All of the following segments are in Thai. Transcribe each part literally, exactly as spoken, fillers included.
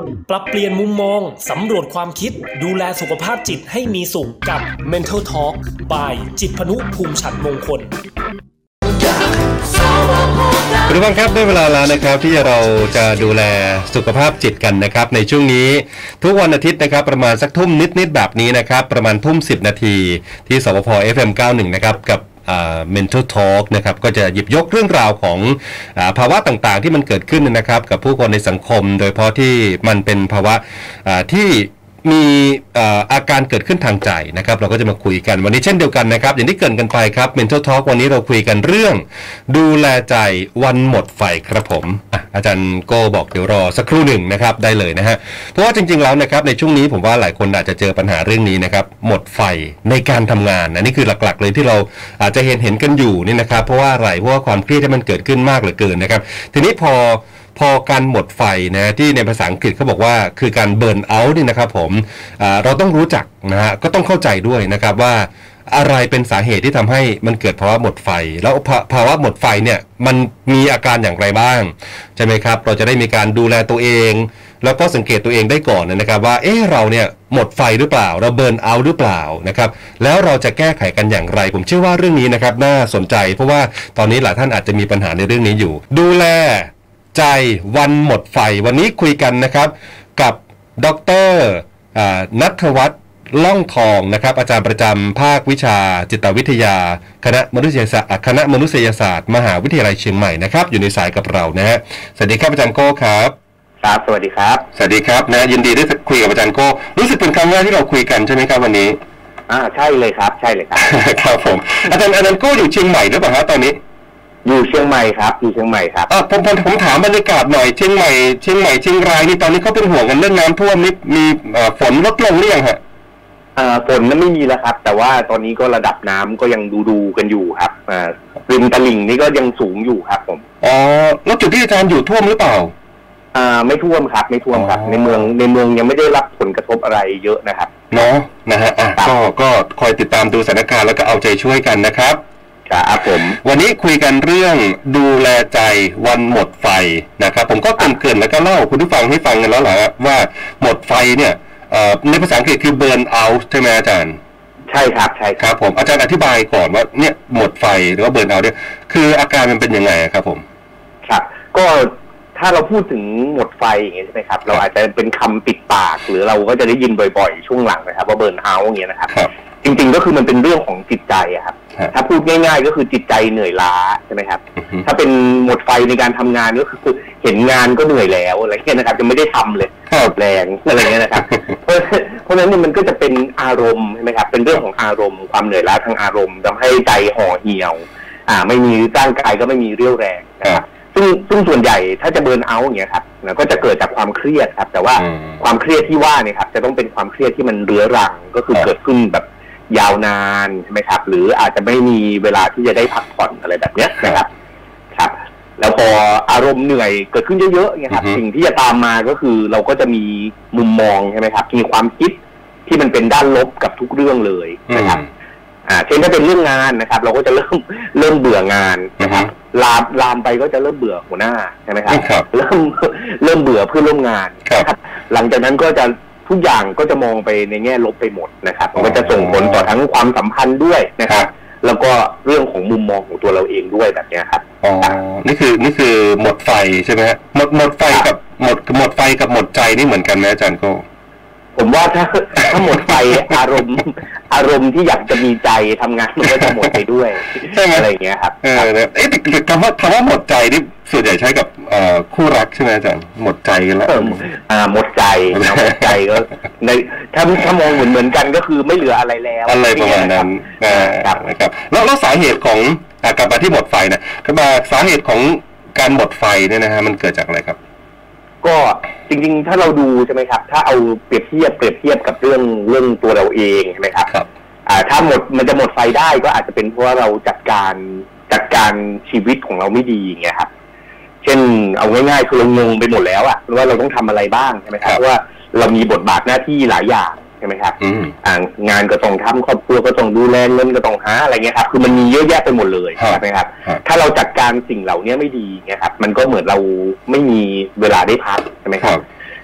ปรับเปลี่ยนมุมมองสำรวจความคิดดูแลสุขภาพจิตให้มีสุขกับ Mental Talk by จิตรพนุภูมิฉัตรมงคลคุณผู้ฟังครับได้เวลาแล้วนะครับที่เราจะดูแลสุขภาพจิตกันนะครับในช่วงนี้ทุกวันอาทิตย์นะครับประมาณสักทุ่มนิดๆแบบนี้นะครับประมาณทุ่มสิบนาทีที่สวพ เอฟ เอ็ม เก้าสิบเอ็ดนะครับกับMental Talk นะครับก็จะหยิบยกเรื่องราวของภาวะต่างๆที่มันเกิดขึ้นนะครับกับผู้คนในสังคมโดยเฉพาะที่มันเป็นภาวะที่มีอาการเกิดขึ้นทางใจนะครับเราก็จะมาคุยกันวันนี้เช่นเดียวกันนะครับอย่างที่เกริ่นกันไปครับ Mental Talk วันนี้เราคุยกันเรื่องดูแลใจวันหมดไฟครับผมอ่ะอาจารย์โก้บอกเดี๋ยวรอสักครู่หนึ่งนะครับได้เลยนะฮะเพราะว่าจริงๆแล้วนะครับในช่วงนี้ผมว่าหลายคนอาจจะเจอปัญหาเรื่องนี้นะครับหมดไฟในการทำงานอันนี้คือหลักๆเลยที่เราอาจจะเห็นเห็นกันอยู่นี่นะครับเพราะว่าอะไรเพราะว่าความเครียดที่มันเกิดขึ้นมากเหลือเกินนะครับทีนี้พอพอการหมดไฟนะที่ในภาษาอังกฤษเขาบอกว่าคือการเบิร์นเอาท์นี่นะครับผมเราต้องรู้จักนะฮะก็ต้องเข้าใจด้วยนะครับว่าอะไรเป็นสาเหตุที่ทำให้มันเกิดภาวะหมดไฟแล้วภาวะหมดไฟเนี่ยมันมีอาการอย่างไรบ้างใช่ไหมครับเราจะได้มีการดูแลตัวเองแล้วก็สังเกตตัวเองได้ก่อนนะครับว่าเอ๊ะเราเนี่ยหมดไฟหรือเปล่าเราเบิร์นเอาท์หรือเปล่านะครับแล้วเราจะแก้ไขกันอย่างไรผมเชื่อว่าเรื่องนี้นะครับน่าสนใจเพราะว่าตอนนี้หลายท่านอาจจะมีปัญหาในเรื่องนี้อยู่ดูแลใจวันหมดไฟวันนี้คุยกันนะครับกับดร.ณัฐวัฒน์ล่องทองนะครับอาจารย์ประจำภาควิชาจิตวิทยาคณะมนุษยศาสตร์คณะมนุษยศาสตร์มหาวิทยาลัยเชียงใหม่นะครับอยู่ในสายกับเรานะฮะสวัสดีครับอาจารย์โก้ครับครับสวัสดีครับสวัสดีครับนะยินดีได้คุยกับอาจารย์โก้รู้สึกเป็นครั้งแรกที่เราคุยกันใช่ไหมครับวันนี้อ่าใช่เลยครับใช่เลยครับครับผมอาจารย์อาจารย์โก้อยู่เชียงใหม่หรือเปล่าครับตอนนี้อยู่เชียงใหม่ครับอยู่เชียงใหม่ครับอ่าผมผมผมถามบรรยากาศหน่อยเชียงใหม่เชียงใหม่เชียงรายนี่ตอนนี้เขาเป็นห่วงกันเรื่องน้ำท่วมนี่มีฝนลดลงหรือยังฮะอ่าฝนนั้นไม่มีแล้วครับแต่ว่าตอนนี้ก็ระดับน้ำก็ยังดูดูกันอยู่ครับอ่าริมตลิ่งนี่ก็ยังสูงอยู่ครับผมอ๋อแล้วจุดที่อาจารย์อยู่ท่วมหรือเปล่าอ่าไม่ท่วมครับไม่ท่วมครับในเมืองในเมืองยังไม่ได้รับผลกระทบอะไรเยอะนะครับเนาะนะฮะอ่ะก็ก็คอยติดตามดูสถานการณ์แล้วก็เอาใจช่วยกันนะครับครับผมวันนี้คุยกันเรื่องดูแลใจวันหมดไฟนะครับผมก็เกริ่นๆแล้วก็เล่าคุณผู้ฟังให้ฟังกันแล้วแหละว่าหมดไฟเนี่ยในภาษาอังกฤษคือ burn out ใช่ไหมอาจารย์ใช่ครับใช่ครับผมอาจารย์อธิบายก่อนว่าเนี่ยหมดไฟหรือว่า burn out เนี่ยคืออาการมันเป็นยังไงครับผมครับก็ถ้าเราพูดถึงหมดไฟอย่างเงี้ยใช่ไหมครับเราอาจจะเป็นคำปิดปากหรือเราก็จะได้ยินบ่อยๆช่วงหลังนะครับว่า burn out อย่างเงี้ยนะครับจริงๆก็คือมันเป็นเรื่องของจิตใจอะครับถ้าพูดง่ายๆก็คือจิตใจเหนื่อยล้าใช่ไหมครับถ้าเป็นหมดไฟในการทำงานก็คือเห็นงานก็เหนื่อยแล้วอะไรเงี้ยนะครับจะไม่ได้ทำเลยหมดแรงอะไรเงี้ยนะครับเพราะเพราะฉะนั้นเนี่ยมันก็จะเป็นอารมณ์ใช่ไหมครับเป็นเรื่องของอารมณ์ความเหนื่อยล้าทางอารมณ์ทำให้ใจห่อเหี่ยวอ่าไม่มีร่างกายก็ไม่มีเรี่ยวแรงนะครับซึ่งซึ่งส่วนใหญ่ถ้าจะเบิร์นเอาท์อย่างเงี้ยครับนะก็จะเกิดจากความเครียดครับแต่ว่าความเครียดที่ว่าเนี่ยครับจะต้องเป็นความเครียดที่มันเรื้อรังก็คือเกิดขึ้นแบบยาวนานใช่ไหมครับหรืออาจจะไม่มีเวลาที่จะได้พักผ่อนอะไรแบบนี้นะครับครับแล้วพออารมณ์เหนื่อยเกิดขึ้นเยอะๆเนี่ยครับสิ่งที่จะตามมาก็คือเราก็จะมีมุมมองใช่ไหมครับมีความคิดที่มันเป็นด้านลบกับทุกเรื่องเลยนะครับอ่าเช่นถ้าเป็นเรื่องงานนะครับเราก็จะเริ่มเริ่มเบื่องานนะครับลามลามไปก็จะเริ่มเบื่อหัวหน้าใช่ไหมครับเริ่มเริ่มเบื่อเพื่อนร่วมงานหลังจากนั้นก็จะทุกอย่างก็จะมองไปในแง่ลบไปหมดนะครับมันก็จะส่งผลต่อทั้งความสัมพันธ์ด้วยนะครับแล้วก็เรื่องของมุมมองของตัวเราเองด้วยแบบนี้ครับอ๋อนี่คือนี่คือหมดไฟใช่ไหมฮะหมดหมดไฟกับหมดหมดไฟกับหมดใจนี่เหมือนกันไหมอาจารย์โก้ผมว่าถ้าถ้าหมดไฟอารมณ์อารมณ์ที่อยากจะมีใจทำงานมันก็จะหมดไปด้วยอะไรอย่างเงี้ยครับเออเอ๊ะแต่คำว่าคำว่าหมดใจนี่ส่วนใหญ่ใช้กับคู่รักใช่ไหมอาจารย์หมดใจกันแล้วอ่าหมดใจหมดใจก็ในถ้าถ้ามองเหมือนเหมือนกันก็คือไม่เหลืออะไรแล้วอะไรประมาณนั้นนะครับนะครับแล้วแล้วสาเหตุของกลับมาที่หมดไฟนะกลับมาสาเหตุของการหมดไฟเนี่ยนะฮะมันเกิดจากอะไรครับก็จริงๆถ้าเราดูใช่ไหมครับถ้าเอาเปรียบเทียบเปรียบเทียบกับเรื่องเรื่องตัวเราเองใช่ไหมครับครับอ่าถ้าหมดมันจะหมดไฟได้ก็อาจจะเป็นเพราะว่าเราจัดการจัดการชีวิตของเราไม่ดีอย่างเงี้ยครับเช่นเอาง่ายๆคือเรางงไปหมดแล้วอะว่าเราต้องทำอะไรบ้างใช่ไหมครับเพราะว่าเรามีบทบาทหน้าที่หลายอย่างใช่ไหมครับอ่างานก็ต้องทำครอบครัวก็ต้องดูแลเงินก็ต้องหาอะไรเงี้ยครับคือมันมีเยอะแยะไปหมดเลยใช่ไหมครับถ้าเราจัดการสิ่งเหล่านี้ไม่ดีเงี้ยครับมันก็เหมือนเราไม่มีเวลาได้พักใช่ไหมครับ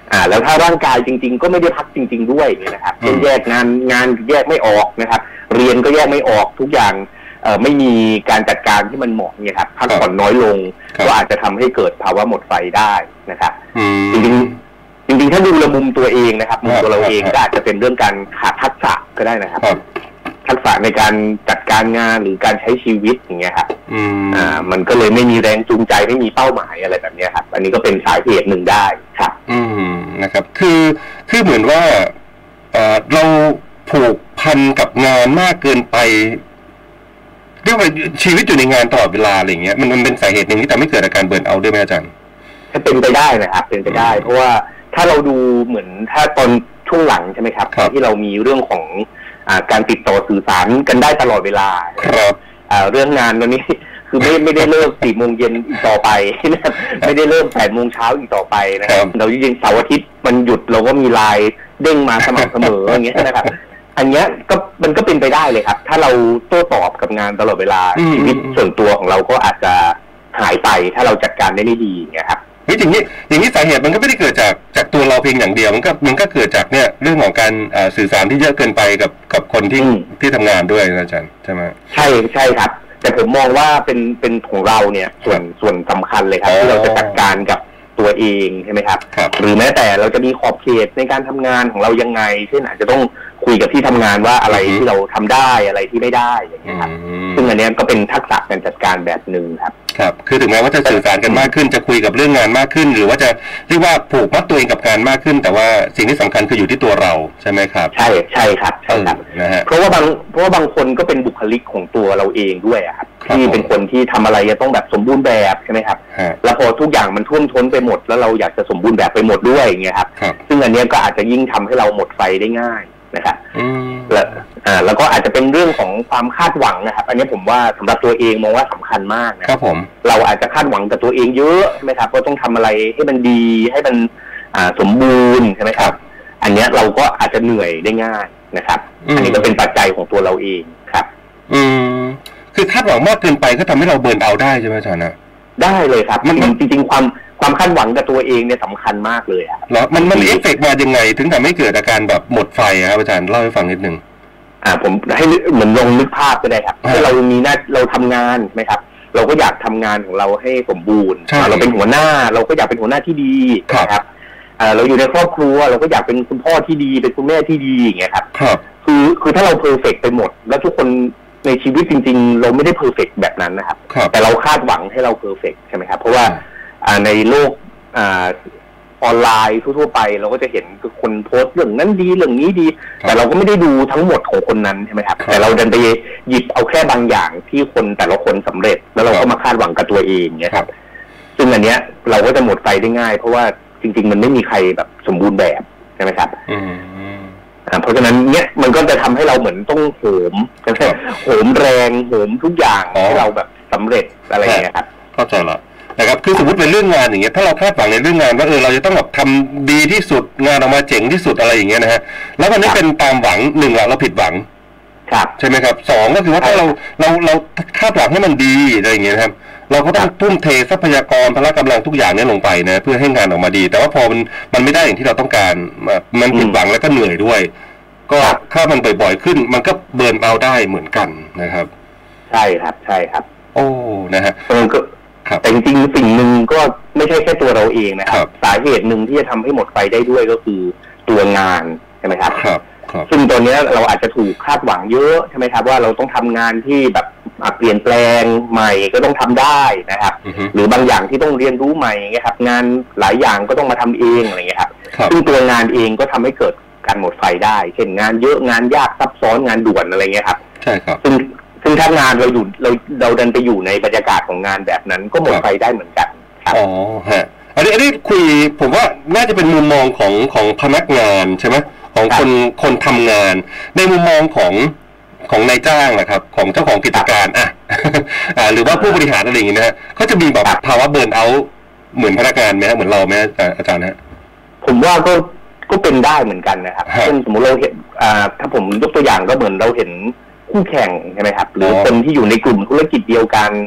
อ่าแล้วถ้าร่างกายจริงๆก็ไม่ได้พักจริงๆด้วยนะครับเช่นแยกงานงานแยกไม่ออกนะครับเรียนก็แยกไม่ออกทุกอย่างเอ่อไม่มีการจัดการที่มันเหมาะเนี่ยครับพักผ่อนน้อยลงก็อาจจะทำให้เกิดภาวะหมดไฟได้นะครับจริงๆจริงๆถ้าดูระมุมตัวเองนะครับมุมตัวเราเองก็อาจจะเป็นเรื่องการขาดทักษะก็ได้นะครับทักษะในการจัดการงานหรือการใช้ชีวิตอย่างเงี้ยครับอ่ามันก็เลยไม่มีแรงจูงใจไม่มีเป้าหมายอะไรแบบนี้ครับอันนี้ก็เป็นสาเหตุหนึ่งได้ครับอืมนะครับคือคือเหมือนว่าเอ่อเราผูกพันกับงานมากเกินไปเรียกว่าชีวิตอยู่ในงานตลอดเวลาอะไรเงี้ยมันมันเป็นสาเหตุหนึ่งที่ทำให้เกิดอาการเบิร์นเอาท์ด้วยไหมอาจารย์ถ้าเป็นไปได้นะครับเป็นไปได้เพราะว่าถ้าเราดูเหมือนถ้าตอนช่วงหลังใช่ไหมครับที่เรามีเรื่องของอ่าการติดต่อสื่อสารกันได้ตลอดเวลาครับอ่าเรื่องงานวันนี้คือไม่ไม่ได้เลิกสี่โมงเย็นอีกต่อไปนะครับไม่ได้เริ่มแปดโมงเช้าอีกต่อไปนะครับเราจริงๆเสาร์อาทิตย์มันหยุดเราก็มีไลน์เด้งมาสม่ำเสมออย่างเงี้ยนะครับอันเนี้ยก็มันก็เป็นไปได้เลยครับถ้าเราโต้ตอบกับงานตลอดเวลาชีวิตส่วนตัวของเราก็อาจจะหายไปถ้าเราจัดการได้ไม่ดีอย่างเงี้ยครับเฮ้ยอย่างนี้อย่างนี้สาเหตุมันก็ไม่ได้เกิดจากจากตัวเราเพียงอย่างเดียวมันก็มันก็เกิดจากเนี่ยเรื่องของการสื่อสารที่เยอะเกินไปกับกับคนที่ที่ทำงานด้วยอาจารย์ใช่ไหมใช่ใช่ครับแต่ผมมองว่าเป็นเป็นของเราเนี่ยส่วนส่วนสำคัญเลยครับที่เราจะจัดการกับตัวเองใช่ไหมครับหรือแม้แต่เราจะมีขอบเขตในการทำงานของเรายังไงเช่นอาจจะต้องคุยกับที่ทำงานว่าอะไรที่เราทำได้อะไรที่ไม่ได้อย่างเงี้ยครับซึ่งอันนี้ก็เป็นทักษะการจัดการแบบหนึ่งครับครับคือถึงแม้ว่าจะสื่อสารกันมากขึ้นจะคุยกับเรื่องงานมากขึ้นหรือว่าจะเรียกว่าผูกมัดตัวเองกับงานมากขึ้นแต่ว่าสิ่งที่สำคัญคืออยู่ที่ตัวเราใช่ไหมครับใช่ใช่ครับใช่ครับนะฮะเพราะว่าบางเพราะว่าบางคนก็เป็นบุคลิกของตัวเราเองด้วยครับที่เป็นคนที่ทำอะไรจะต้องแบบสมบูรณ์แบบใช่ไหมครับแล้วพอทุกอย่างมันท่วมท้นไปหมดแล้วเราอยากจะสมบูรณ์แบบไปหมดด้วยอย่างเงี้ยครับซึ่งอันนี้ก็อาจจะยิ่งทำให้เราหมดไฟได้ง่ายนะครับแล้วอ่าแล้วก็อาจจะเป็นเรื่องของความคาดหวังนะครับอันนี้ผมว่าสำหรับตัวเองมองว่าสำคัญมากนะครับผมเราอาจจะคาดหวังกับตัวเองเยอะใช่ไหมครับว่าต้องทำอะไรให้มันดีให้มันอ่าสมบูรณ์ใช่ไหมครับอันนี้เราก็อาจจะเหนื่อยได้ง่ายนะครับอันนี้ก็เป็นปัจจัยของตัวเราเองครับอืมคือคาดหวังมากเกินไปก็ทำให้เราเบิร์นเอาท์ได้ใช่ไหมอาจารย์นะได้เลยครับมันจริงๆความความคาดหวังกับตัวเองเนี่ยสำคัญมากเลยครับแล้วมันมันเอฟเฟกต์มายังไงถึงทำให้เกิดอาการแบบหมดไฟครับอาจารย์เล่าให้ฟังนิดนึงอ่าผมให้เหมือนลองนึกภาพก็ได้ครับถ้าเรามีหน้าเราทำงานใช่ไหมครับเราก็อยากทำงานของเราให้สมบูรณ์เราเป็นหัวหน้าเราก็อยากเป็นหัวหน้าที่ดีนะครับอ่าเราอยู่ในครอบครัวเราก็อยากเป็นคุณพ่อที่ดีเป็นคุณแม่ที่ดีอย่างเงี้ยครับคือคือถ้าเราเพอร์เฟกต์ไปหมดแล้วทุกคนในชีวิตจริงๆเราไม่ได้เพอร์เฟกต์แบบนั้นนะครับแต่เราคาดหวังให้เราเพอร์เฟกต์ใช่ไหมครับเพราะว่าในโลกออนไลน์ทั่วๆไปเราก็จะเห็นคนโพสต์เรื่องนั้นดีเรื่องนี้ดีแต่เราก็ไม่ได้ดูทั้งหมดของคนนั้นใช่ไหมครับแต่เราดันไปหยิบเอาแค่บางอย่างที่คนแต่ละคนสำเร็จแล้วเราก็มาคาดหวังกับตัวเองเนี่ยครับซึ่งอันเนี้ยเราก็จะหมดไฟได้ง่ายเพราะว่าจริงๆมันไม่มีใครแบบสมบูรณ์แบบใช่ไหมครับเพราะฉะนั้นเนี้ยมันก็จะทำให้เราเหมือนต้องโหมโหมแรงโหมทุกอย่างให้เราแบบสำเร็จอะไรอย่างเงี้ยครับเข้าใจละนะครับคือสมมติเป็นเรื่องงานอย่างเงี้ยถ้าเราคาดหวังในเรื่องงานว่าเออเราจะต้องแบบทำดีที่สุดงานออกมาเจ๋งที่สุดอะไรอย่างเงี้ยนะฮะแล้วมันไม่เป็นตามหวังหนึ่งเราผิดหวังใช่ไหมครับสองก็คือว่าถ้าเราเราเราคาดหวังให้มันดีอะไรอย่างเงี้ยครับเราก็ต้องทุ่มเททรัพยากรพละกำลังทุกอย่างนี้ลงไปนะเพื่อให้งานออกมาดีแต่ว่าพอมันมันไม่ได้อย่างที่เราต้องการมันผิดหวังแล้วก็เหนื่อยด้วยก็ถ้ามันบ่อยๆขึ้นมันก็เบิร์นเอาได้เหมือนกันนะครับใช่ครับใช่ครับโอ้นะฮะแต่จริงๆสิ่งหนึ่งก็ไม่ใช่แค่ตัวเราเองนะครับสาเหตุหนึ่งที่จะทำให้หมดไฟได้ด้วยก็คือตัวงานใช่ไหมครับซึ่งตัวนี้เราอาจจะถูกคาดหวังเยอะใช่ไหมครับว่าเราต้องทำงานที่แบบเปลี่ยนแปลงใหม่ก็ต้องทำได้นะครับหรือบางอย่างที่ต้องเรียนรู้ใหม่เงี้ยครับงานหลายอย่างก็ต้องมาทำเองอะไรเงี้ยครับซึ่งตัวงานเองก็ทำให้เกิดการหมดไฟได้เช่นงานเยอะงานยากซับซ้อนงานด่วนอะไรเงี้ยครับใช่ครับซึ่งซึ่งถ้างานเราอยู่เราเราเดินไปอยู่ในบรรยากาศของงานแบบนั้นก็หมดไฟได้เหมือนกันครับอ๋อฮะอันนี้อันนี้คุยผมว่าน่าจะเป็นมุมมองของของพนักงานใช่ไหมของคนคนทำงานในมุมมองของของนายจ้างนะครับของเจ้าของกิจการอ่ะอ่าหรือว่าผู้บริหารอะไรอย่างเงี้ยนะฮะเขาจะมีแบบภาวะเบิร์นเอาท์เหมือนพนักงานไหมเหมือนเราไหมอาจารย์ฮะผมว่าก็ก็เป็นได้เหมือนกันนะครับเช่นสมมติเราเห็นอ่าถ้าผมยกตัวอย่างก็เหมือนเราเห็นคู่แข่งใช่ไหมครับหรือคนที่อยู่ในกลุ่มธุรกิจเดียวกันเขา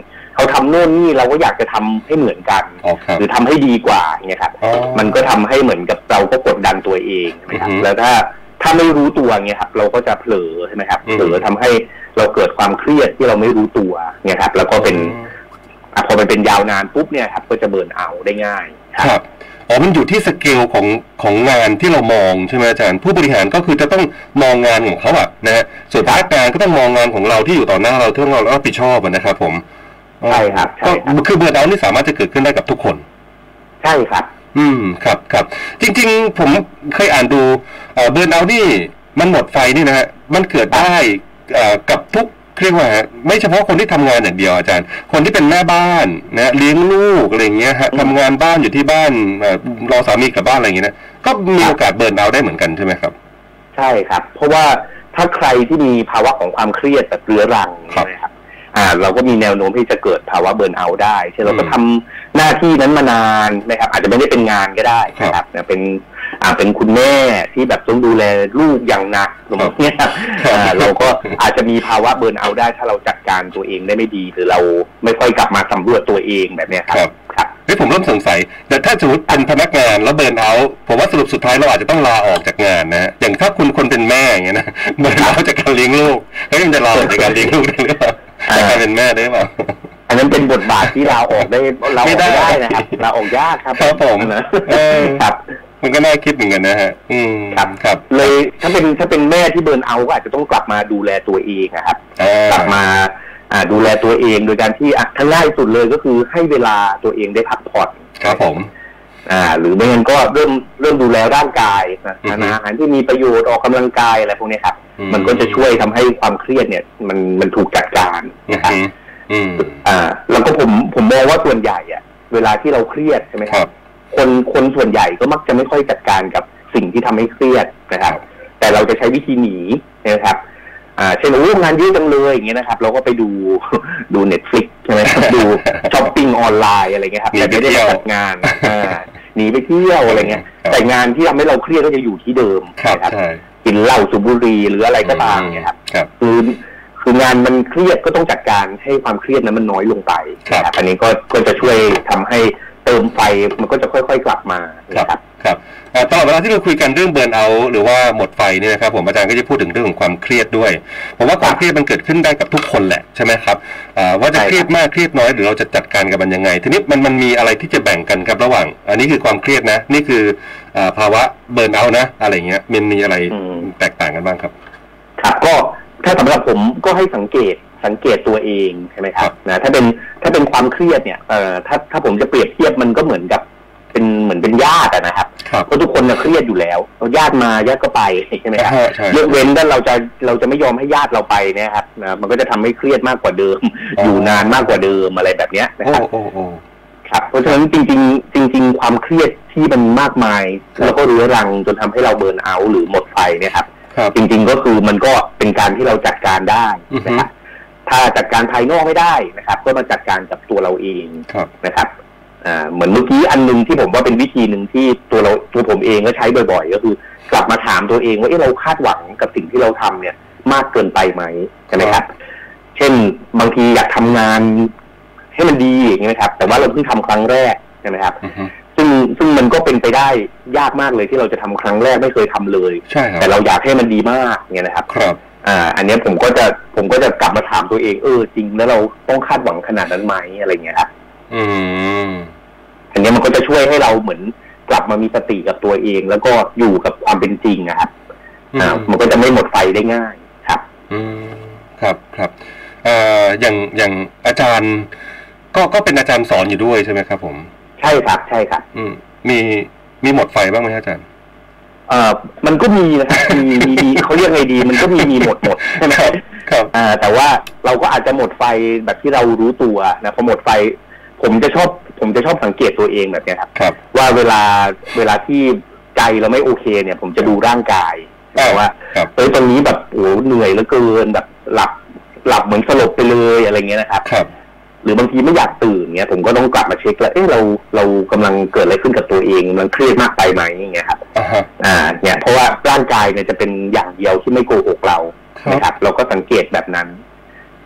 เขาทำโน่นนี่เราก็อยากจะทำให้เหมือนกันหรือทำให้ดีกว่าเนี่ยครับมันก็ทำให้เหมือนกับเราก็กดดันตัวเองใช่ไหมครับแล้วถ้าถ้าไม่รู้ตัวเนี่ยครับเราก็จะเผลอใช่ไหมครับเผลอทำให้เราเกิดความเครียดที่เราไม่รู้ตัวเนี่ยครับแล้วก็เป็นพอมันเป็นยาวนานปุ๊บเนี่ยครับก็จะเบิร์นเอาท์ได้ง่ายครับอ๋อมันอยู่ที่สเกลของของงานที่เรามองใช่ไหมอาจารย์ผู้บริหารก็คือจะต้องมองงานของเขาอะนะฮะส่วนพนักงานก็ต้องมองงานของเราที่อยู่ต่อหน้าเราที่เรารับผิดชอบนะครับผมใช่ครับก็คือเบิร์นเอาท์นี่สามารถจะเกิดขึ้นได้กับทุกคนใช่ครับอืมครับครับจริงๆผมเคยอ่านดูเอ่อเบิร์นเอาท์นี่มันหมดไฟนี่นะฮะมันเกิดได้เอ่อกับทุกเรียกว่าไม่เฉพาะคนที่ทำงานอย่างเดียวอาจารย์คนที่เป็นแม่บ้านนะเลี้ยงลูกอะไรเงี้ยฮะทำงานบ้านอยู่ที่บ้านรอสามีกลับบ้านอะไรอย่างเงี้ยนะก็มีโอกาสเบิร์นเอาท์ได้เหมือนกันใช่ไหมครับใช่ครับเพราะว่าถ้าใครที่มีภาวะของความเครียดแบบเรื้อรังใช่ไหมครับอ่าเราก็มีแนวโน้มที่จะเกิดภาวะเบิร์นเอาท์ได้เช่นเราก็ทำหน้าที่นั้นมานานนะครับอาจจะไม่ได้เป็นงานก็ได้นะครับเป็นอ่าเป็นคุณแม่ที่แบบต้องดูแลลูกอย่างหนักสมมติเนี่ยอ่าเราก็อาจจะมีภาวะเบิร์นเอาท์ได้ถ้าเราจัดการตัวเองได้ไม่ดีหรือเราไม่ค่อยกลับมาสำรวจตัวเองแบบนี้ครับครับเฮ้ยผมเริ่มสงสัยแต่ถ้าสมมติเป็นพนักงานแล้วเบิร์นเอาท์ผมว่าสรุปสุดท้ายเราอาจจะต้องลาออกจากงานนะอย่างถ้าคุณคนเป็นแม่อย่างเงี้ยนะเบิร์นเอาท์จากการเลี้ยงลูกเฮ้ยมันจะลาออกจากการเลี้ยงลูกได้หรือเปล่าจากการเป็นแม่ได้เปล่าอันนั้นเป็นบทบาทที่ลาออกได้ลาออกได้นะครับลาออกยากครับครับผมนะครับมันก็น่าคิดเหมือนกันนะฮะอืมครับครับเลยถ้าเป็นถ้าเป็นแม่ที่เบิร์นเอาท์ก็อาจจะต้องกลับมาดูแลตัวเองนะครับกลับมาอ่าดูแลตัวเองโดยการที่อ่ะทั้งง่ายสุดเลยก็คือให้เวลาตัวเองได้พักผ่อนครับผมอ่าหรือไม่งั้นก็เริ่มเริ่มดูแลร่างกายนะทานอาหารที่มีประโยชน์ออกกำลังกายอะไรพวกนี้ครับมันก็จะช่วยทำให้ความเครียดเนี่ยมันมันถูกจัดการนะครับอ่าแล้วก็ผมผมมองว่าส่วนใหญ่อ่ะเวลาที่เราเครียดใช่ไหมครับคนคนส่วนใหญ่ก็มักจะไม่ค่อยจัดการกับสิ่งที่ทำให้เครียดนะครับแต่เราจะใช้วิธีหนีนะครับอ่าเช่นโอ้งานเยอะจังเลยอย่างเงี้ยนะครับเราก็ไปดูดู Netflix ใช่ไหมครับดูช้อปปิ้งออนไลน์อะไรเงี้ยครับแต่ไม่ได้จัดงานอ่าหนีไปเที่ยวอะไรเงี้ยแต่งานที่ทำให้เราเครียดก็จะอยู่ที่เดิมนะครับกินเหล้าสูบบุหรี่หรืออะไรก็ตามเนี่ยครับคือคืองานมันเครียดก็ต้องจัดการให้ความเครียดนั้นมันน้อยลงไปนะครับอันนี้ก็ก็จะช่วยทำให้เติมไฟมันก็จะค่อยๆกลับมานะครับครับตลอดเวลาที่เราคุยกันเรื่องเบิร์นเอาท์หรือว่าหมดไฟเนี่ยนะครับผมอาจารย์ก็จะพูดถึงเรื่องของความเครียดด้วยผมว่าความเครียดมันเกิดขึ้นได้กับทุกคนแหละใช่ไหมครับว่าจะเครียดมากเครียดน้อยหรือเราจะจัดการกับมันยังไงทีนี้มันมันมีอะไรที่จะแบ่งกันครับระหว่างอันนี้คือความเครียดนะนี่คือภาวะเบิร์นเอาท์นะอะไรเงี้ยมันมีอะไรแตกต่างกันบ้างครับครับก็ถ้าสำหรับผมก็ให้สังเกตสังเกตตัวเองใช่ไหมครับนะถ้าเป็นถ้าเป็นความเครียดเนี่ยเอ่อถ้าถ้าผมจะเปรียบเทียบมันก็เหมือนกับเป็นเหมือนเป็นญาตินะครับเพราะทุกคนน่ะเครียดอยู่แล้วเราญาติมาญาติก็ไปใช่ไหมครับยกเว้นถ้าเราจะเราจะไม่ยอมให้ญาติเราไปนะครับนะมันก็จะทำให้เครียดมากกว่าเดิมอยู่นานมากกว่าเดิมอะไรแบบนี้นะครับครับเพราะฉะนั้นจริงๆจริงๆความเครียดที่มันมากมายแล้วก็เรื้อรังจนทำให้เราเบิร์นเอาท์หรือหมดไฟเนี่ยครับจริงๆก็คือมันก็เป็นการที่เราจัดการได้นะครับถ้าจัดการภายนอกไม่ได้นะครับก็มาจัดการกับตัวเราเองนะครับอ่าเหมือนเมื่อกี้อันนึงที่ผมว่าเป็นวิธีหนึ่งที่ตัวเราตัวผมเองก็ใช้บ่อยๆก็คือกลับมาถามตัวเองว่าเอ๊ะเราคาดหวังกับสิ่งที่เราทำเนี่ยมากเกินไปไหมใช่ไหมครับเช่นบางทีอยากทำงานให้มันดีอย่างเงี้ยครับแต่ว่าเราเพิ่งทำครั้งแรกใช่ไหมครับซึ่งซึ่งมันก็เป็นไปได้ยากมากเลยที่เราจะทำครั้งแรกไม่เคยทำเลยแต่เราอยากให้มันดีมากเนี่ยนะครับอ่าอันนี้ผมก็จะผมก็จะกลับมาถามตัวเองเออจริงแล้วเราต้องคาดหวังขนาดนั้นไหมอะไรเงี้ยครับอืมอันนี้มันก็จะช่วยให้เราเหมือนกลับมามีสติกับตัวเองแล้วก็อยู่กับความเป็นจริงนะครับอ่ามันก็จะไม่หมดไฟได้ง่ายครับอืมครับครับเอ่ออย่างอย่างอาจารย์ก็ก็เป็นอาจารย์สอนอยู่ด้วยใช่ไหมครับผมใช่ครับใช่ครับอืมมีมีหมดไฟบ้างไหมอาจารย์เอ่อมันก็มีนะครับมีมีเขาเรียกไงดีมันก็มีมีหมดหมดใช่ไหมครับครับอ่าแต่ว่าเราก็อาจจะหมดไฟแบบที่เรารู้ตัวนะพอหมดไฟผมจะชอบผมจะชอบสังเกตตัวเองแบบนี้ครับว่าเวลาเวลาที่ใจเราไม่โอเคเนี่ยผมจะดูร่างกายว่าเฮ้ยตอนนี้แบบโอ้เหนื่อยเหลือเกินแบบหลับหลับเหมือนสลบไปเลยอะไรเงี้ยนะครับหรือบางทีไม่อยากตื่นเงี้ยผมก็ต้องกลับมาเช็คแล้วเอ้เราเรากำลังเกิดอะไรขึ้นกับตัวเองมันเครียดมากไปไหมอย่างเงี้ยครับอ่าเนี่ยเพราะว่าร่างกายเนี่ยจะเป็นอย่างเดียวที่ไม่โกหกเรานะครับเราก็สังเกตแบบนั้น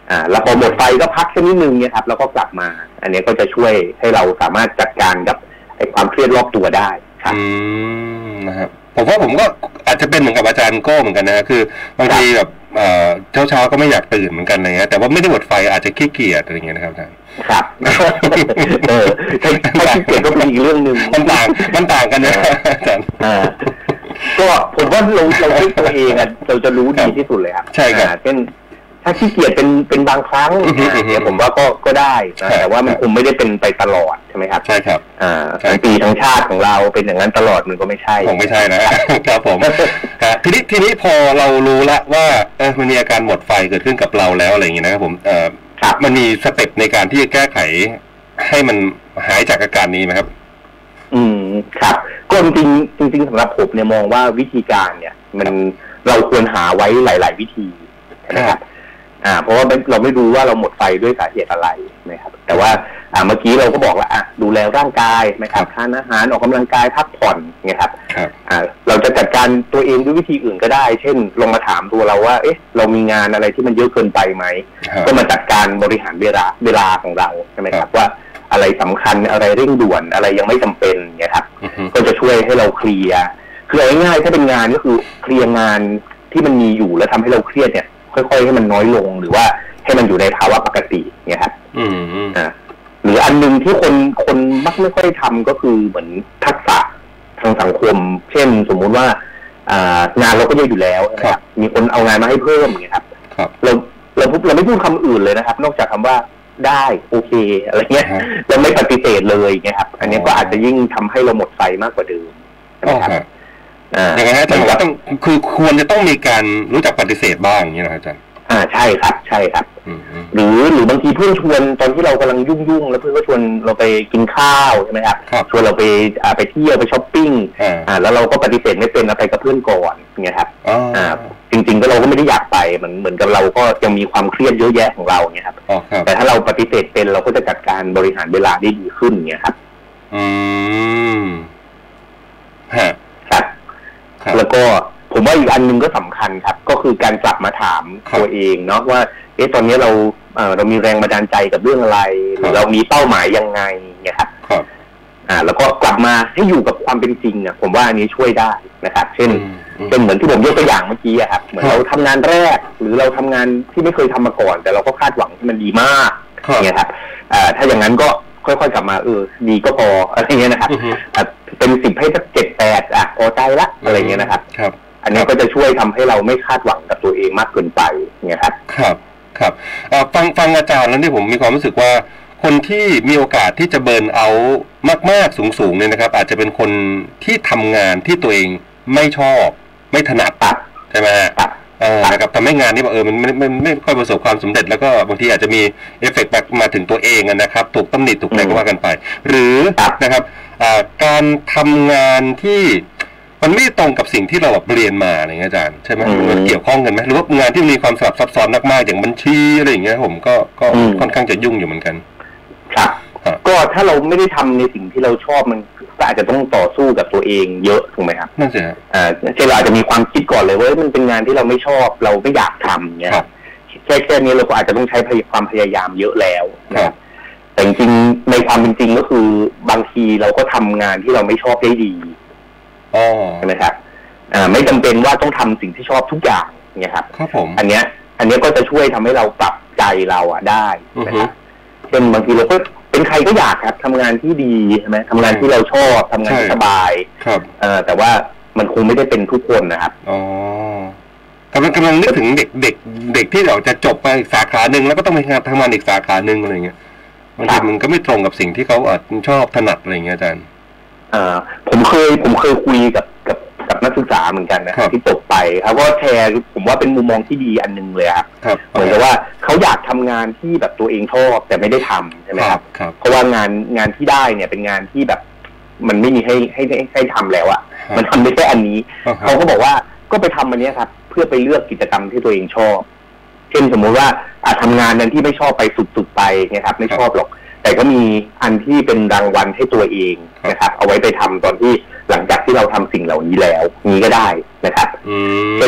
อ่าแล้วพอหมดไฟก็พักสักนิดนึงเนี่ยครับแล้วก็กลับมาอันนี้ก็จะช่วยให้เราสามารถจัดการกับไอ้ความเครียดรอบตัวได้ครับอืมนะครับผมว่าผมก็อาจจะเป็นเหมือนกับอาจารย์โก้เหมือนกันนะคือบางทีแบบเช้าเช้าก็ไม่อยากตื่นเหมือนกันอะไรเงี้ยแต่ว่าไม่ได้หมดไฟอาจจะขี้เกียจอะไรเงี้ยนะครับอาจารย์ครับเออถ้าขี้เกียจก็เป็นอีกเรื่องนึงมันต่างมันต่างกันนะอาจารย์ก็ผมว่าเราเราด้วยตัวเองอ่ะเราจะรู้ดีที่สุดเลยครับใช่ครับเช่นถ้าขี้เกียจเป็นเป็นบางครั้งเนี่ยผมว่าก็ก็ได้แต่ว่ามันคงไม่ได้เป็นไปตลอดใช่ไหมครับใช่ครับอ่าทั้งปีทั้งชาติของเราเป็นอย่างนั้นตลอดมันก็ไม่ใช่คงไม่ใช่นะครับผมทีนี้ทีนี้พอเรารู้ละว่าเออมันมีอาการหมดไฟเกิดขึ้นกับเราแล้วอะไรอย่างเงี้ยนะครับผมเออมันมีสเต็ปในการที่จะแก้ไขให้มันหายจากอาการนี้ไหมครับอืมครับก็จริงจริงสำหรับผมเนี่ยมองว่าวิธีการเนี่ยมันเราควรหาไว้หลายๆวิธีนะครับอ่าเพราะว่าเราไม่รู้ว่าเราหมดไฟด้วยสาเหตุอะไรนะครับแต่ว่าอ่าเมื่อกี้เราก็บอกแล้วอ่ะดูแลร่างกายนะครับทานอาหารออกกำลังกายพักผ่อนเนี่ยครับอ่าเราจะจัดการตัวเองด้วยวิธีอื่นก็ได้เช่นลองมาถามตัวเราว่าเอ๊ะเรามีงานอะไรที่มันเยอะเกินไปไหมก็มาจัดการบริหารเวลาเวลาของเราใช่ไหมครับว่าอะไรสำคัญอะไรเร่งด่วนอะไรยังไม่จำเป็นเนี่ยครับก็จะช่วยให้เราเคลียร์คือเอาง่ายๆถ้าเป็นงานก็คือเคลียร์งานที่มันมีอยู่แล้วทำให้เราเครียดเนี่ยค่อยๆให้มันน้อยลงหรือว่าให้มันอยู่ในภาวะปกติเนี่ยครับอืมอ่าหรืออันนึงที่คนคนมักไม่ค่อยทำก็คือเหมือนทักษะทางสังคมเช่นสมมุติว่าอ่างานเราก็เยอะอยู่แล้วนะครับมีคนเอางานมาให้เพิ่มอย่างเงี้ยครับเราเราเราไม่พูดคำอื่นเลยนะครับนอกจากคำว่าได้โอเคอะไรเงี้ยเราไม่ปฏิเสธเลยเงี้ยครับอันนี้ก็อาจจะยิ่งทำให้เราหมดไฟมากกว่าเดิมนะครับอ่าอย่างไรอาจารย์ว่าต้องคือควรจะต้องมีการรู้จักปฏิเสธบ้างอย่างนี้นะอาจารย์อ่าใช่ครับใช่ครับหรือหรือบางทีเพื่อนชวนตอนที่เรากำลังยุ่งๆแล้วเพื่อนก็ชวนเราไปกินข้าวใช่ไหมครับชวนเราไปอ่าไปเที่ยวไปช้อปปิ้งอ่าแล้วเราก็ปฏิเสธไม่เป็นเราไปกับเพื่อนก่อนเงี้ยครับอ่าจริงๆก็เราก็ไม่ได้อยากไปเหมือนเหมือนกับเราก็ยังมีความเครียดเยอะแยะของเราเงี้ยครับแต่ถ้าเราปฏิเสธเป็นเราก็จะจัดการบริหารเวลาได้ดีขึ้นเงี้ยครับอืมฮะครับแล้วก็ผมว่าอีกอันนึงก็สำคัญครับก็คือการกลับมาถามตัวเองเนาะว่าเอ๊ะตอนนี้เราเอ่อเรามีแรงบันดาลใจกับเรื่องอะไรหรือเรามีเป้าหมายยังไงเนี่ยครับอ่าแล้วก็กลับมาให้อยู่กับความเป็นจริงอ่ะผมว่าอันนี้ช่วยได้นะครับเช่นเป็นเหมือนที่ผมยกตัวอย่างเมื่อกี้อะครับเหมือนเราทำงานแรกหรือเราทำงานที่ไม่เคยทำมาก่อนแต่เราก็คาดหวังที่มันดีมากเนี่ยครับอ่าถ้าอย่างนั้นก็ค่อยๆกลับมาเออดีก็พออะไรเงี้ยนะครับเป็นสิบให้สักเจ็ดแปดอ่ะพอใจละอะไรเงี้ยนะครับอันนี้ก็จะช่วยทำให้เราไม่คาดหวังกับตัวเองมากเกินไปเนี่ยครับครับครับฟังฟังอาจารย์แล้วนี่ผมมีความรู้สึกว่าคนที่มีโอกาสที่จะเบิร์นเอาท์มากๆสูงๆเนี่ยนะครับอาจจะเป็นคนที่ทำงานที่ตัวเองไม่ชอบไม่ถนัดใช่ไหมเออนะครับทำให้งานนี้เออมันไม่ไม่ไม่ค่อยประสบความสำเร็จแล้วก็บางทีอาจจะมีเอฟเฟกต์แบบมาถึงตัวเองนะครับถูกตำหนิถูกอะไรก็ว่ากันไป หรือนะครับการทำงานที่มันไม่ตรงกับสิ่งที่เราแบบเรียนมาอะไรเงี้ยอาจารย์ใช่ไหมมันเกี่ยวข้องกันไหมหรือว่างานที่มีความสลับซับซ้อนมากๆอย่างบัญชีอะไรอย่างเงี้ยผมก็ก็ค่อนข้างจะยุ่งอยู่เหมือนกันครับก็ถ้าเราไม่ได้ทำในสิ่งที่เราชอบมันก็อาจจะต้องต่อสู้กับตัวเองเยอะถูกไหมครับนั่นสิอ่าเช่นเราอาจจะมีความคิดก่อนเลยว่ามันเป็นงานที่เราไม่ชอบเราไม่อยากทำเนี่ยแค่แค่นี้เราก็อาจจะต้องใช้ความพยายามเยอะแล้วนะครับแต่จริงในความเป็นจริงก็คือบางทีเราก็ทำงานที่เราไม่ชอบได้ดีใช่ไหมครับอ่าไม่จำเป็นว่าต้องทำสิ่งที่ชอบทุกอย่างเนี่ยครับครับผมอันเนี้ยอันเนี้ยก็จะช่วยทำให้เราปรับใจเราอ่ะได้นะครับเช่นบางทีเราก็เป็นใครก็อยากครับทำงานที่ดีใช่ไหมทำงานที่เราชอบทำงานที่สบายครับเอ่อแต่ว่ามันคงไม่ได้เป็นทุกคนนะครับอ๋อกำลังกำลังนึกถึงเด็กเด็กเด็กที่เราจะจบไปอีกสาขาหนึ่งแล้วก็ต้องไปทำงานอีกสาขาหนึ่งอะไรเงี้ยบางทีมันก็ไม่ตรงกับสิ่งที่เขาชอบถนัดอะไรเงี้ยอาจารย์อ่าผมเคยผมเคยคุยกับกับกับนักศึกษาเหมือนกันนะที่จบไปเขาก็แชร์ผมว่าเป็นมุมมองที่ดีอันนึงเลยครับเหมือนกับว่าเขาอยากทำงานที่แบบตัวเองชอบแต่ไม่ได้ทำใช่ไหมครับเพราะว่างานงานที่ได้เนี่ยเป็นงานที่แบบมันไม่มีให้ให้ให้ทำแล้วอ่ะมันทำได้แค่อันนี้เขาก็บอกว่าก็ไปทำอันนี้ครับเพื่อไปเลือกกิจกรรมที่ตัวเองชอบเช่นสมมุติว่าอาจทำงานนั้นที่ไม่ชอบไปสุดๆไปนะครับไม่ชอบหรอกแต่ก็มีอันที่เป็นรางวัลให้ตัวเองนะครับเอาไว้ไปทำตอนที่หลังจากที่เราทำสิ่งเหล่านี้แล้วนี้ก็ได้นะครับเช่น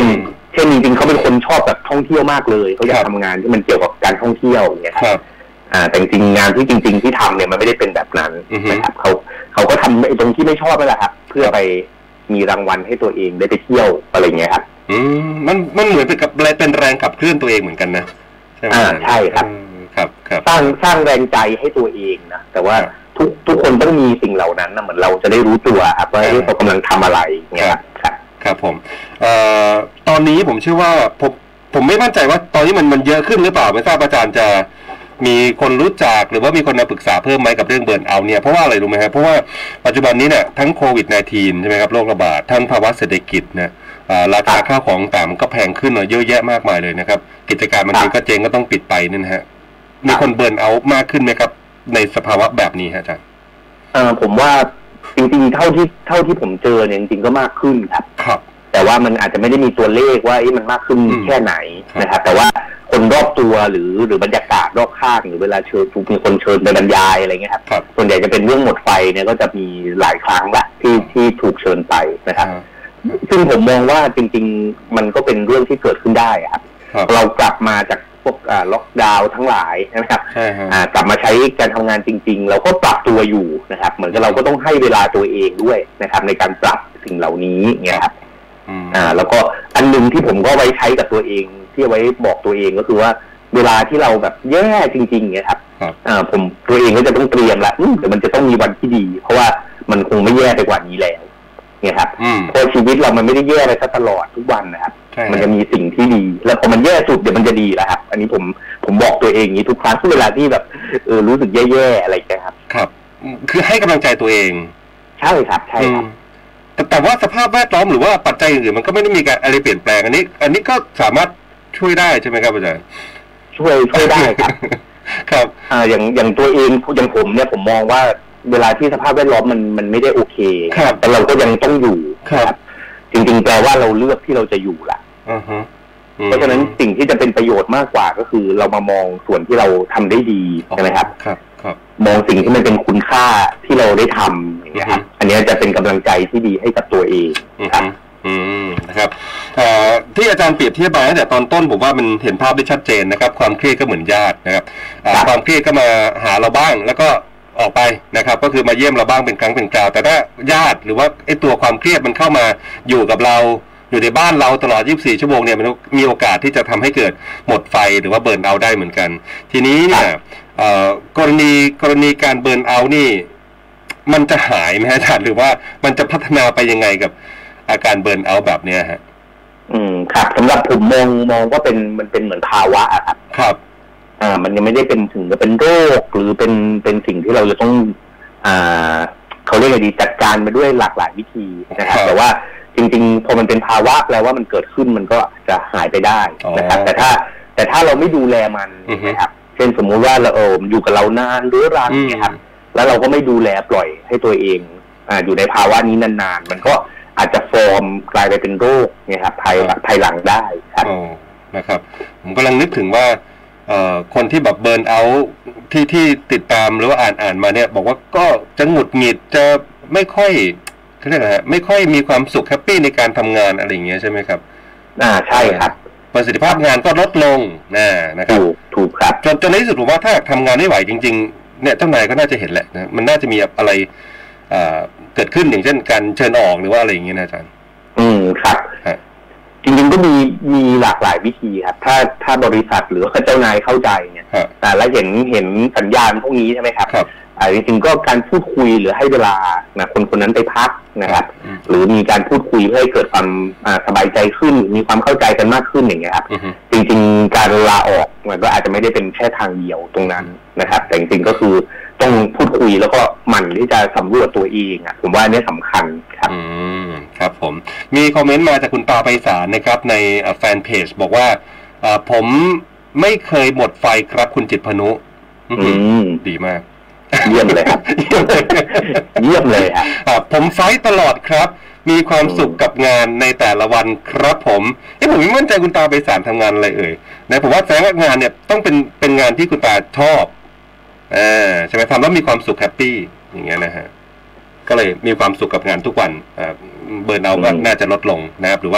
เช่นจริงๆเขาเป็นคนชอบแบบท่องเที่ยวมากเลยเขาอยากทำงานที่มันเกี่ยวกับการท่องเที่ยวอย่างเงี้ยครับอ่าแต่จริงๆงานที่จริงๆที่ทำเนี่ยมันไม่ได้เป็นแบบนั้นนะครับเขาเขาก็ทำไอ้ตรงที่ไม่ชอบนั่นแหละครับเพื่อไปมีรางวัลให้ตัวเองได้ไปเที่ยวอะไรเงี้ยครับอืมมันมันเหมือนเป็นกับอะไรเป็นแรงขับเคลื่อนตัวเองเหมือนกันนะใช่ไหมอ่าใช่ครับครับครับสร้างสร้างแรงใจให้ตัวเองนะแต่ว่าทุกทุกคนต้องมีสิ่งเหล่านั้นนะเหมือนเราจะได้รู้ตัวครับว่าเรากำลังทำอะไรเงี้ยครับครับผมเอ่อตอนนี้ผมเชื่อว่าผมผมไม่มั่นใจว่าตอนนี้มันมันเยอะขึ้นหรือเปล่าไม่ทราบอาจารย์จะมีคนรู้จักหรือว่ามีคนมาปรึกษาเพิ่มไหมกับเรื่องเบิร์นเอาท์เนี่ยเพราะว่าอะไรรู้ไหมครับเพราะว่าปัจจุบันนี้เนี่ยทั้งโควิด สิบเก้า ใช่ไหมครับโรคระบาดทั้งภาวะเศรษฐกิจนะราคาข้าวของต่างมันก็แพงขึ้นเยอะแยะมากมายเลยนะครับกิจการมันเองก็เจ๊งก็ต้องปิดไปนี่นะฮะมีคนเบิร์นเอาท์มากขึ้นไหมครับในสภาวะแบบนี้ฮะอาจารย์เอ่อผมว่าจริงๆเท่าที่เท่าที่ผมเจอเนี่ยจริงๆก็มากขึ้นครับครับแต่ว่ามันอาจจะไม่ได้มีตัวเลขว่ามันมากขึ้นแค่ไหนนะครับแต่ว่าคนรอบตัวหรือหรือบรรยากาศรอบข้างหรือเวลาเชิญถูกมีคนเชิญไปบรรยายอะไรเงี้ยครับส่วนใหญ่จะเป็นเรื่องหมดไฟเนี่ยก็จะมีหลายครั้งละที่ที่ถูกเชิญไปนะครับซึ่งผมมองว่าจริงๆมันก็เป็นเรื่องที่เกิดขึ้นได้ครับเรากลับมาจากพวกล็อกดาวน์ทั้งหลายนะครับกลับมาใช้การทำงานจริงๆเราก็ปรับตัวอยู่นะครับเหมือนกับเราก็ต้องให้เวลาตัวเองด้วยนะครับในการปรับสิ่งเหล่านี้เงี้ยครับอ่าแล้วก็อันนึงที่ผมก็ไว้ใช้กับตัวเองที่ไว้บอกตัวเองก็คือว่าเวลาที่เราแบบแย่จริงๆเนี่ยครับอ่าผมตัวเองก็จะต้องเตรียมละเดี๋ยวมันจะต้องมีวันที่ดีเพราะว่ามันคงไม่แย่ไปกว่านี้แล้วเนี่ยครับเพราะชีวิตเรามันไม่ได้แย่ไปตลอดทุกวันนะครับมันจะมีสิ่งที่ดีแล้วพอมันแย่สุดเดี๋ยวมันจะดีแล้วครับอันนี้ผมผมบอกตัวเองอย่างนี้ทุกครั้งเวลาที่แบบเออรู้สึกแย่ๆอะไรกันครับครับคือให้กำลังใจตัวเองใช่ครับใช่ครับแต่แต่ว่าสภาพแวดล้อมหรือว่าปัจจัยอื่นๆมันก็ไม่ได้มีการอะไรเปลี่ยนแปลงอันนี้อันนี้ก็สามารถช่วยได้ใช่ไหมครับอาจารย์ช่วยช่วยได้ครับครับอ่าอย่างอย่างตัวเองอย่างผมเนี่ยผมมองว่าเวลาที่สภาพแวดล้อมมันมันไม่ได้โอเคแต่เราก็ยังต้องอยู่ครับจริงๆแปลว่าเราเลือกที่เราจะอยู่ล่ะเพราะฉะนั้นสิ่งที่จะเป็นประโยชน์มากกว่าก็คือเรามามองส่วนที่เราทำได้ดีใช่ไหมครับครับครับมองสิ่งที่มันเป็นคุณค่าที่เราได้ทำอย่างเงี้ยครับอันนี้จะเป็นกำลังใจที่ดีให้กับตัวเองครับอืมนะครับที่อาจารย์เปรียบเทียบมาตั้งแต่ตอนต้นผมว่ามันเห็นภาพได้ชัดเจนนะครับความเครียดก็เหมือนญาตินะครับความเครียดก็มาหาเราบ้างแล้วก็ออกไปนะครับก็คือมาเยี่ยมเราบ้างเป็นครั้งเป็นคราวแต่ถ้าญาติหรือว่าไอ้ตัวความเครียดมันเข้ามาอยู่กับเราอยู่ในบ้านเราตลอดยี่สิบสี่ชั่วโมงเนี่ยมันมีโอกาสที่จะทำให้เกิดหมดไฟหรือว่าเบิร์นเอาท์ได้เหมือนกันทีนี้เนี่ยกรณีกรณีการเบิร์นเอาท์นี่มันจะหายไหมอาจารย์หรือว่ามันจะพัฒนาไปยังไงกับอาการเบิร์นเอาท์แบบเนี้ยฮะอืมครับสำหรับผมมองมองว่าเป็นมันเป็นเหมือนภาวะครับครับอ่ามันยังไม่ได้เป็นถึงจะเป็นโรคหรือเป็นเป็นสิ่งที่เราจะต้องอ่าเขาเรียกอะไรดีจัดการไปด้วยหลากหลายวิธีนะครับแต่ว่าจริงๆพอมันเป็นภาวะแปลว่ามันเกิดขึ้นมันก็จะหายไปได้นะครับแต่ถ้าแต่ถ้าเราไม่ดูแลมันนะครับเช่นสมมุติว่าเราเอออยู่กับเรานานหรือรันเนี่ยครับแล้วเราก็ไม่ดูแลปล่อยให้ตัวเองอ่าอยู่ในภาวะนี้นานๆมันก็อาจจะฟอร์มกลายไปเป็นโรคเนี่ยครับภายภายหลังได้ครับนะครับผมกำลังนึกถึงว่าเอ่อคนที่แบบเบิร์นเอาท์ที่ที่ติดตามหรือว่าอ่านอ่านมาเนี่ยบอกว่าก็จะหงุดหงิดจะไม่ค่อยเขาเรียกอะไรฮะไม่ค่อยมีความสุขแฮปปี้ในการทำงานอะไรอย่างเงี้ยใช่ไหมครับอ่าใช่ครับประสิทธิภาพงานก็ลดลงนะนะครับถูกถูกครับจนจนในที่สุดผมว่าถ้าทำงานไม่ไหวจริงๆเนี่ยเจ้านายก็น่าจะเห็นแหละนะมันน่าจะมีอะไรอ่าเกิดขึ้นอย่างเช่นการเชิญออกหรือว่าอะไรอย่างเงี้ยนะอาจารย์อืมครับจริงๆก็มีมีหลากหลายวิธีครับถ้าถ้าบริษัทหรือเจ้านายเข้าใจเนี่ยแต่แล้วเห็นเห็นสัญญาณพวกนี้ใช่ไหมครับอ่าจริงๆก็การพูดคุยหรือให้เวลานะคนคนนั้นไปพักนะครับหรือมีการพูดคุยเพื่อให้เกิดความสบายใจขึ้นมีความเข้าใจกันมากขึ้นอย่างเงี้ยครับจริงๆการลาออกมันก็อาจจะไม่ได้เป็นแค่ทางเดียวตรงนั้นนะครับแต่จริงๆก็คือต้องพูดคุยแล้วก็หมั่นที่จะสำรวจตัวเองอ่ะผมว่านี่สำคัญครับอืมครับผมมีคอมเมนต์มาจากคุณตาไพศาลนะครับในแฟนเพจบอกว่าผมไม่เคยหมดไฟครับคุณจิตพนุดีมากเยี่ยมเลยครับเยี่ยมเลยครับผมไฟตลอดครับมีความสุขกับงานในแต่ละวันครับผมเอ้ผมไม่มั่นใจคุณตาไพศาลทำงานอะไรเอ่ยนะผมว่าแสดงว่างานเนี่ยต้องเป็นเป็นงานที่คุณตาชอบอ่าใช่ไหมทำแล้วมีความสุขแฮปปี้อย่างเงี้ยนะฮะก็เลยมีความสุขกับงานทุกวันอ่าเบิร์นเอาท์ก็น่าจะลดลงนะครับหรือว่าแท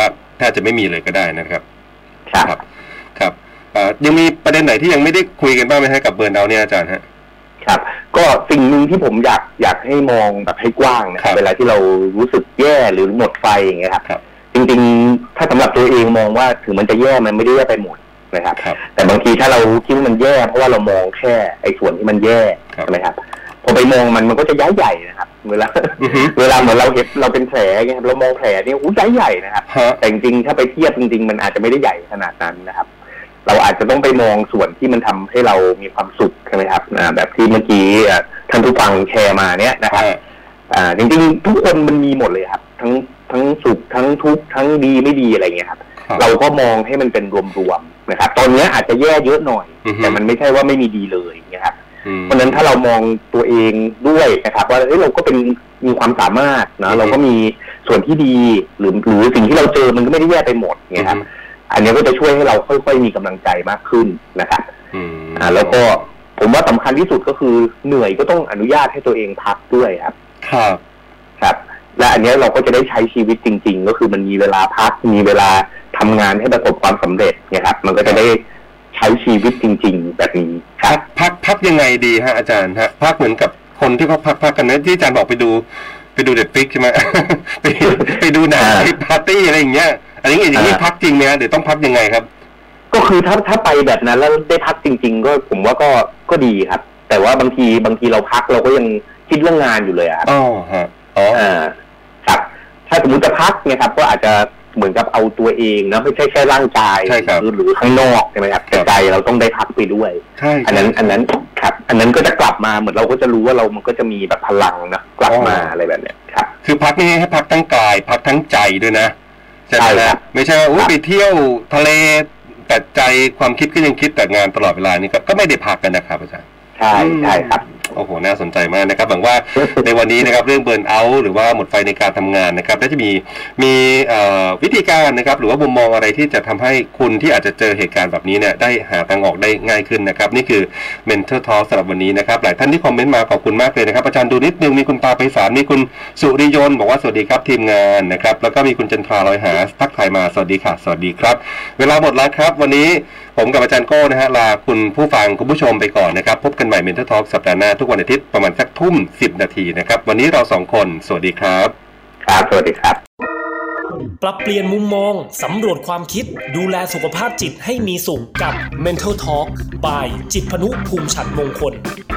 ทบจะไม่มีเลยก็ได้นะครับครับครับยังมีประเด็นไหนที่ยังไม่ได้คุยกันบ้างไหมฮะกับเบิร์นเอาท์เนี่ยอาจารย์ฮะครับก็สิ่งหนึ่งที่ผมอยากอยากให้มองแบบให้กว้างนะครับเวลาที่เรารู้สึกแย่หรือหมดไฟอย่างเงี้ยครับจริงๆถ้าสำหรับตัวเองมองว่าถึงมันจะแย่มันไม่ได้แย่ไปหมดนะครับแต่บางทีถ้าเราคิดว่ามันแย่เพราะว่าเรามองแค่ไอ้ส่วนที่มันแย่ใช่ไหมครับพอไปมองมันมันก็จะย้ายใหญ่นะครับเวลาเวลาเหมือนเราเห็นเราเป็นแผลไงครับเรามองแผลนี่อู้ย้ายใหญ่นะครับแต่จริงๆถ้าไปเทียบจริงๆมันอาจจะไม่ได้ใหญ่ขนาดนั้นนะครับเราอาจจะต้องไปมองส่วนที่มันทำให้เรามีความสุขใช่ไหมครับแบบที่เมื่อกี้ท่านผู้ฟังแชร์มาเนี้ยนะครับจริงๆทุกคนมันมีหมดเลยครับทั้งทั้งสุขทั้งทุกข์ทั้งดีไม่ดีอะไรเงี้ยครับเราก็มองให้มันเป็นรวมๆนะครับตอนนี้อาจจะแย่เยอะหน่อยแต่มันไม่ใช่ว่าไม่มีดีเลยนะครับเพราะฉะนั้นถ้าเรามองตัวเองด้วยนะครับว่าเอ้ยเราก็เป็นมีความสามารถนะเราก็มีส่วนที่ดีหรือหรือสิ่งที่เราเจอมันก็ไม่ได้แย่ไปหมดไงครับอันนี้ก็จะช่วยให้เราค่อยๆมีกำลังใจมากขึ้นนะครับอ่าแล้วก็ผมว่าสำคัญที่สุดก็คือเหนื่อยก็ต้องอนุญาตให้ตัวเองพักด้วยครับครับครับและอันนี้เราก็จะได้ใช้ชีวิตจริงๆก็คือมันมีเวลาพักมีเวลาทำงานให้ประสบความสำเร็จเนี่ยครับมันก็จะได้ใช้ชีวิตจริงๆแบบนี้ครับพักพักยังไงดีฮะอาจารย์ฮะพักเหมือนกับคนที่เขาพักพักกันนะที่อาจารย์บอกไปดูไปดูเด็ดฟิกใช่ไหม ไปไปดูหนังไปปาร์ตี้อะไรอย่างเงี้ยอันนี้อย่างนี้พักจริงไหมเดี๋ยวต้องพักยังไงครับก็คือถ้าถ้าไปแบบนั้นแล้วได้พักจริงๆก็ผมว่าก็ก็ดีครับแต่ว่าบางทีบางทีเราพักเราก็ยังคิดเรื่องงานอยู่เลยครับอ๋อฮะอ๋อครับถ้าสมมติจะพักเนี่ยครับก็อาจจะเหมือนกับเอาตัวเองนะไม่ใช่แค่ร่างกายหรือหรือข้างนอกใช่ไหมครับแต่ใจเราต้องได้พักไปด้วยอันนั้นอันนั้นครับอันนั้นก็จะกลับมาเหมือนเราก็จะรู้ว่าเรามันก็จะมีแบบพลังนะกลับมาอะไรแบบเนี้ยครับคือพักนี่ให้พักทั้งกายพักทั้งใจด้วยนะใช่ไหมครับไม่ใช่ว่าไปเที่ยวทะเลแต่ใจความคิดก็ยังคิดแต่งานตลอดเวลานี่ก็ไม่ได้พักกันนะครับอาจารย์ใช่ใช่ครับโอ้โหน่าสนใจมากนะครับหวังว่าในวันนี้นะครับเรื่องเบิร์นเอาท์หรือว่าหมดไฟในการทำงานนะครับและจะมีมีวิธีการนะครับหรือว่ามุมมองอะไรที่จะทำให้คุณที่อาจจะเจอเหตุการณ์แบบนี้เนี่ยได้หาทางออกได้ง่ายขึ้นนะครับนี่คือ Mental Talk สำหรับวันนี้นะครับหลายท่านที่คอมเมนต์มาขอบคุณมากเลยนะครับอาจารย์ดูนิดนึงมีคุณปาไพศาลมีคุณสุริยนต์บอกว่าสวัสดีครับทีมงานนะครับแล้วก็มีคุณจันทราลอยหาทักทายมาสวัสดีค่ะสวัสดีครับเวลาหมดแล้วครับวันนี้ผมกับอาจารย์โก้นะฮะลาคุณผู้ฟังคุณผู้ชมไปก่อนนะครับพบกันใหม่ Mental Talk สัปดาห์หน้าทุกวันอาทิตย์ประมาณสักทุ่มสิบนาทีนะครับวันนี้เราสองคนสวัสดีครับครับสวัสดีครับปรับเปลี่ยนมุมมองสำรวจความคิดดูแลสุขภาพจิตให้มีสุขกับ Mental Talk by จิตรพนุภูมิฉันท์มงคล